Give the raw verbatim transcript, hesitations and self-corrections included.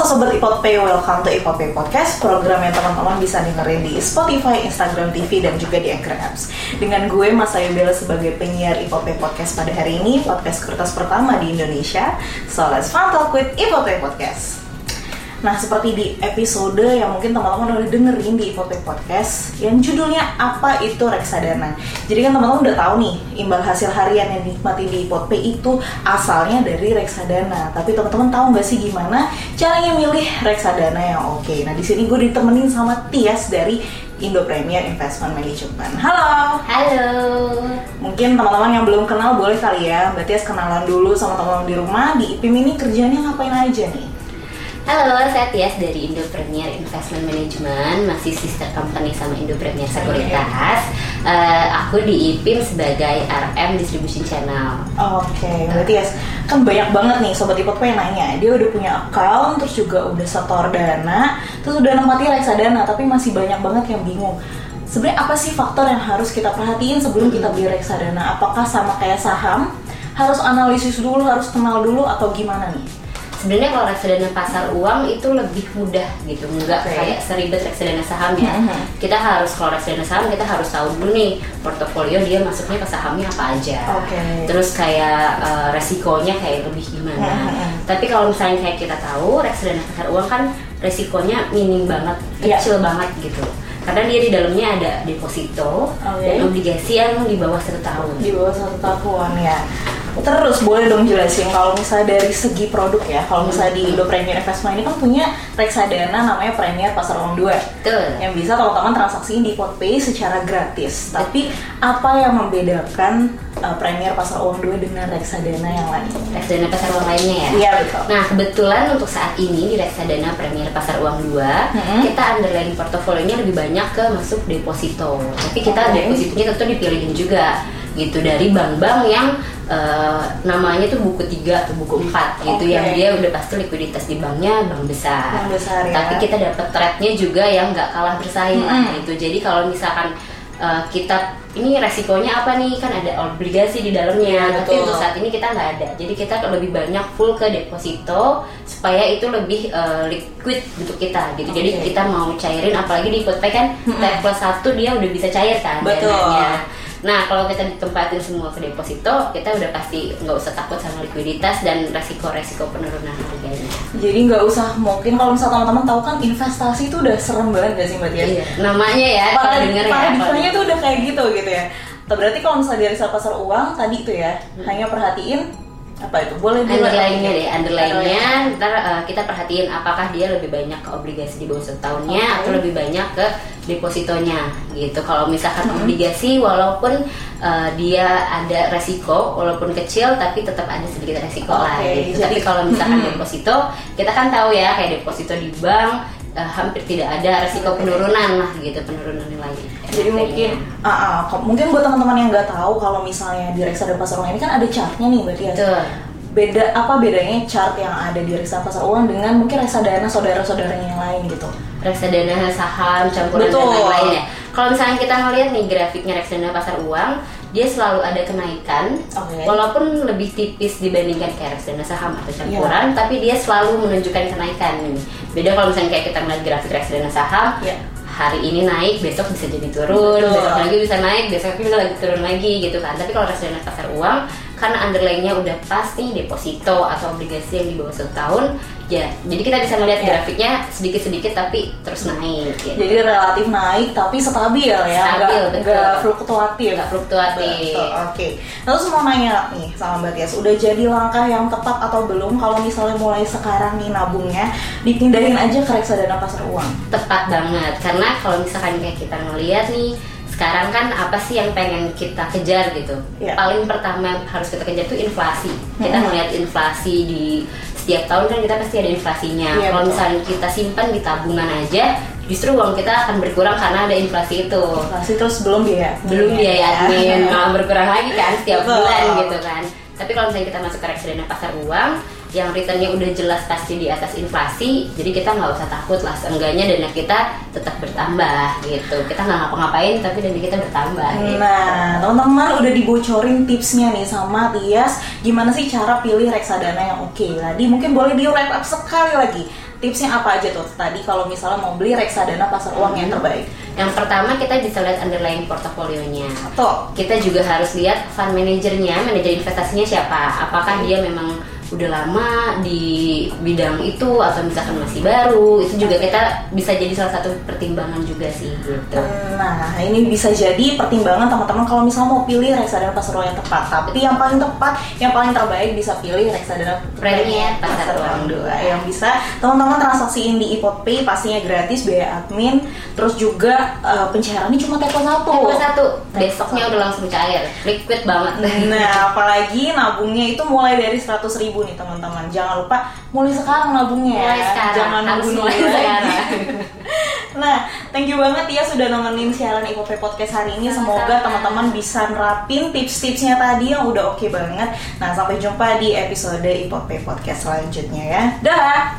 Sobat Ipot Pay, welcome to Ipot Pay Podcast, program yang teman-teman bisa dengerin di Spotify, Instagram T V, dan juga di Anchor Apps. Dengan gue, Mas Ayu Bella sebagai penyiar Ipot Pay Podcast pada hari ini, podcast kertas pertama di Indonesia. So let's fun talk with Ipot Pay Podcast. Nah, seperti di episode yang mungkin teman-teman udah dengerin di Ipot Pay Podcast, yang judulnya Apa Itu Reksadana. Jadi kan teman-teman udah tahu nih, imbal hasil harian yang dinikmati di Ipot Pay itu asalnya dari reksadana. Tapi teman-teman tahu nggak sih gimana caranya milih reksadana yang oke? Nah, di sini gue ditemenin sama Tias dari Indo Premier Investment Management. Halo. Halo. Mungkin teman-teman yang belum kenal boleh kali ya, Mbak Tias kenalan dulu sama teman-teman di rumah. Di I P I M ini kerjanya ngapain aja nih? Halo, saya Tias dari Indo Premier Investment Management, masih sister company sama Indo Premier Sekuritas. Uh, aku di I P I M sebagai R M Distribution Channel. Oke, okay, berarti Tias, kan banyak banget nih Sobat Ipot Pay yang nanya, dia udah punya account, terus juga udah setor dana, terus udah nempati reksadana, tapi masih banyak banget yang bingung. Sebenarnya apa sih faktor yang harus kita perhatiin sebelum kita beli reksadana? Apakah sama kayak saham, harus analisis dulu, harus kenal dulu, atau gimana nih? Sebenarnya kalau reksadana pasar uang itu lebih mudah gitu, nggak okay. kayak seribet reksadana saham ya. Mm-hmm. Kita harus, kalau reksadana saham kita harus tahu dulu nih portofolio dia masuknya ke sahamnya apa aja. Okay. Terus kayak uh, resikonya kayak lebih gimana. Mm-hmm. Tapi kalau misalnya kayak kita tahu reksadana pasar uang kan resikonya minim banget, kecil yeah. banget gitu. Karena dia di dalamnya ada deposito okay. dan obligasi yang di bawah satu tahun. Di bawah satu tahun ya. Terus boleh dong jelasin kalau misalnya dari segi produk ya, kalau misalnya di Indo Premier Investment ini kan punya reksadana namanya Premier Pasar Uang dua. Betul. Yang bisa teman-teman transaksiin di Ipot Pay secara gratis. Tapi apa yang membedakan uh, Premier Pasar Uang dua dengan reksadana yang lain? Reksadana Pasar Uang lainnya ya? Iya, betul. Nah, kebetulan untuk saat ini di reksadana Premier Pasar Uang dua, mm-hmm. kita underlying portofolionya lebih banyak ke masuk deposito. Tapi kita okay. depositonya tentu dipilihin juga gitu dari bank-bank yang uh, namanya tuh buku tiga atau buku empat gitu, okay. yang dia udah pasti likuiditas di banknya bank besar. Bank besar ya. Tapi kita dapat trade-nya juga yang nggak kalah bersaing mm-hmm. gitu. Jadi kalau misalkan uh, kita ini resikonya apa nih, kan ada obligasi di dalamnya, ya, tapi untuk saat ini kita nggak ada. Jadi kita lebih banyak full ke deposito supaya itu lebih uh, liquid untuk kita gitu. Okay. Jadi kita mau cairin, apalagi di Ipot Pay kan mm-hmm. T plus satu dia udah bisa cair kan dananya. Nah, kalau kita ditempatin semua ke deposito, kita udah pasti nggak usah takut sama likuiditas dan resiko-resiko penurunan harganya. Jadi nggak usah, mungkin kalau misalnya teman-teman tahu kan investasi itu udah serem banget gak sih Mbak Tia? Iya, namanya ya, kalau denger ya. Paradigmanya tuh udah kayak gitu gitu ya. Berarti kalau misalnya dari pasar uang tadi itu ya, hmm. hanya perhatiin apa itu? Boleh dulu underline-nya deh, underline-nya ntar uh, kita perhatiin apakah dia lebih banyak ke obligasi di bawah satu tahunnya okay. atau lebih banyak ke depositonya gitu. Kalau misalkan hmm. obligasi walaupun uh, dia ada resiko walaupun kecil tapi tetap ada sedikit resiko okay. lah gitu. Jadi, tapi kalau misalkan hmm. deposito, kita kan tahu ya kayak deposito di bank uh, hampir tidak ada resiko okay. penurunan lah gitu, penurunan nilai. Jadi mungkin uh, uh, mungkin buat teman-teman yang nggak tahu kalau misalnya di reksadana pasar uang ini kan ada chartnya nih berarti ya. Betul. Beda apa bedanya chart yang ada di reksadana pasar uang dengan mungkin reksadana saudara-saudaranya yang lain gitu? Reksadana saham campuran dan lain-lain ya. Kalau misalnya kita ngelihat nih grafiknya reksadana pasar uang, dia selalu ada kenaikan, okay. walaupun lebih tipis dibandingkan kayak reksadana saham atau campuran, yeah. tapi dia selalu menunjukkan kenaikan. Beda kalau misalnya kayak kita ngeliat grafik reksadana saham, yeah. hari ini naik, besok bisa jadi turun, betul. Besok lagi bisa naik, besok bisa lagi turun lagi gitu kan. Tapi kalau reksadana pasar uang, karena underlying-nya udah pasti deposito atau obligasi yang di bawah satu tahun, ya jadi kita bisa melihat yeah. grafiknya sedikit-sedikit tapi terus naik gitu. Jadi relatif naik tapi stabil ya, stabil, nggak, nggak fluktuatif. Nggak fluktuatif. Oke. Okay. Terus mau nanya nih sama Mbak Tias, udah jadi langkah yang tepat atau belum kalau misalnya mulai sekarang nih nabungnya dipindahin aja ke reksadana pasar uang? Tepat banget, karena kalau misalkan kayak kita ngelihat nih sekarang kan apa sih yang pengen kita kejar gitu? Yeah. Paling pertama yang harus kita kejar itu inflasi. Kita melihat mm-hmm. inflasi di setiap tahun kan kita pasti ada inflasinya. Yeah, kalau misalnya kita simpan di tabungan aja, justru uang kita akan berkurang karena ada inflasi itu. Inflasi terus belum biaya, belum biaya admin, malah berkurang lagi kan setiap betul. Bulan gitu kan. Tapi kalau misalnya kita masuk ke reksadana pasar uang, yang returnnya udah jelas pasti di atas inflasi, jadi kita nggak usah takut lah, seenggaknya dana kita tetap bertambah gitu. Kita nggak ngapa-ngapain tapi dana kita bertambah gitu. Nah teman-teman udah dibocorin tipsnya nih sama Tias, gimana sih cara pilih reksadana yang oke. Okay. Tadi mungkin boleh di wrap up sekali lagi, tipsnya apa aja tuh tadi kalau misalnya mau beli reksadana pasar uang hmm. yang terbaik? Yang pertama kita bisa lihat underlying portofolionya. Betul. Kita juga harus lihat fund manajernya, manajer investasinya siapa. Apakah dia memang udah lama di bidang itu atau misalkan masih baru, itu juga kita bisa jadi salah satu pertimbangan juga sih gitu. Nah ini bisa jadi pertimbangan teman-teman kalau misalnya mau pilih reksadana pasar uang yang tepat. Tapi yang paling tepat, yang paling terbaik bisa pilih reksadana Premier Pasar Uang dua yang bisa teman-teman transaksiin di iPodPay, pastinya gratis, biaya admin, terus juga uh, pencairannya cuma telepon satu. Telepon satu, besoknya udah langsung cair, liquid banget. Nah apalagi nabungnya itu mulai dari seratus ribu nih teman-teman. Jangan lupa mulai sekarang nabungnya ya. Mulai sekarang. Jangan nunggu mulai sekarang. Nah, thank you banget ya sudah nemenin siaran IPOP Podcast hari ini. Sama-sama. Semoga teman-teman bisa nerapin tips-tipsnya tadi yang udah oke banget. Nah, sampai jumpa di episode IPOP Podcast selanjutnya ya. Dah.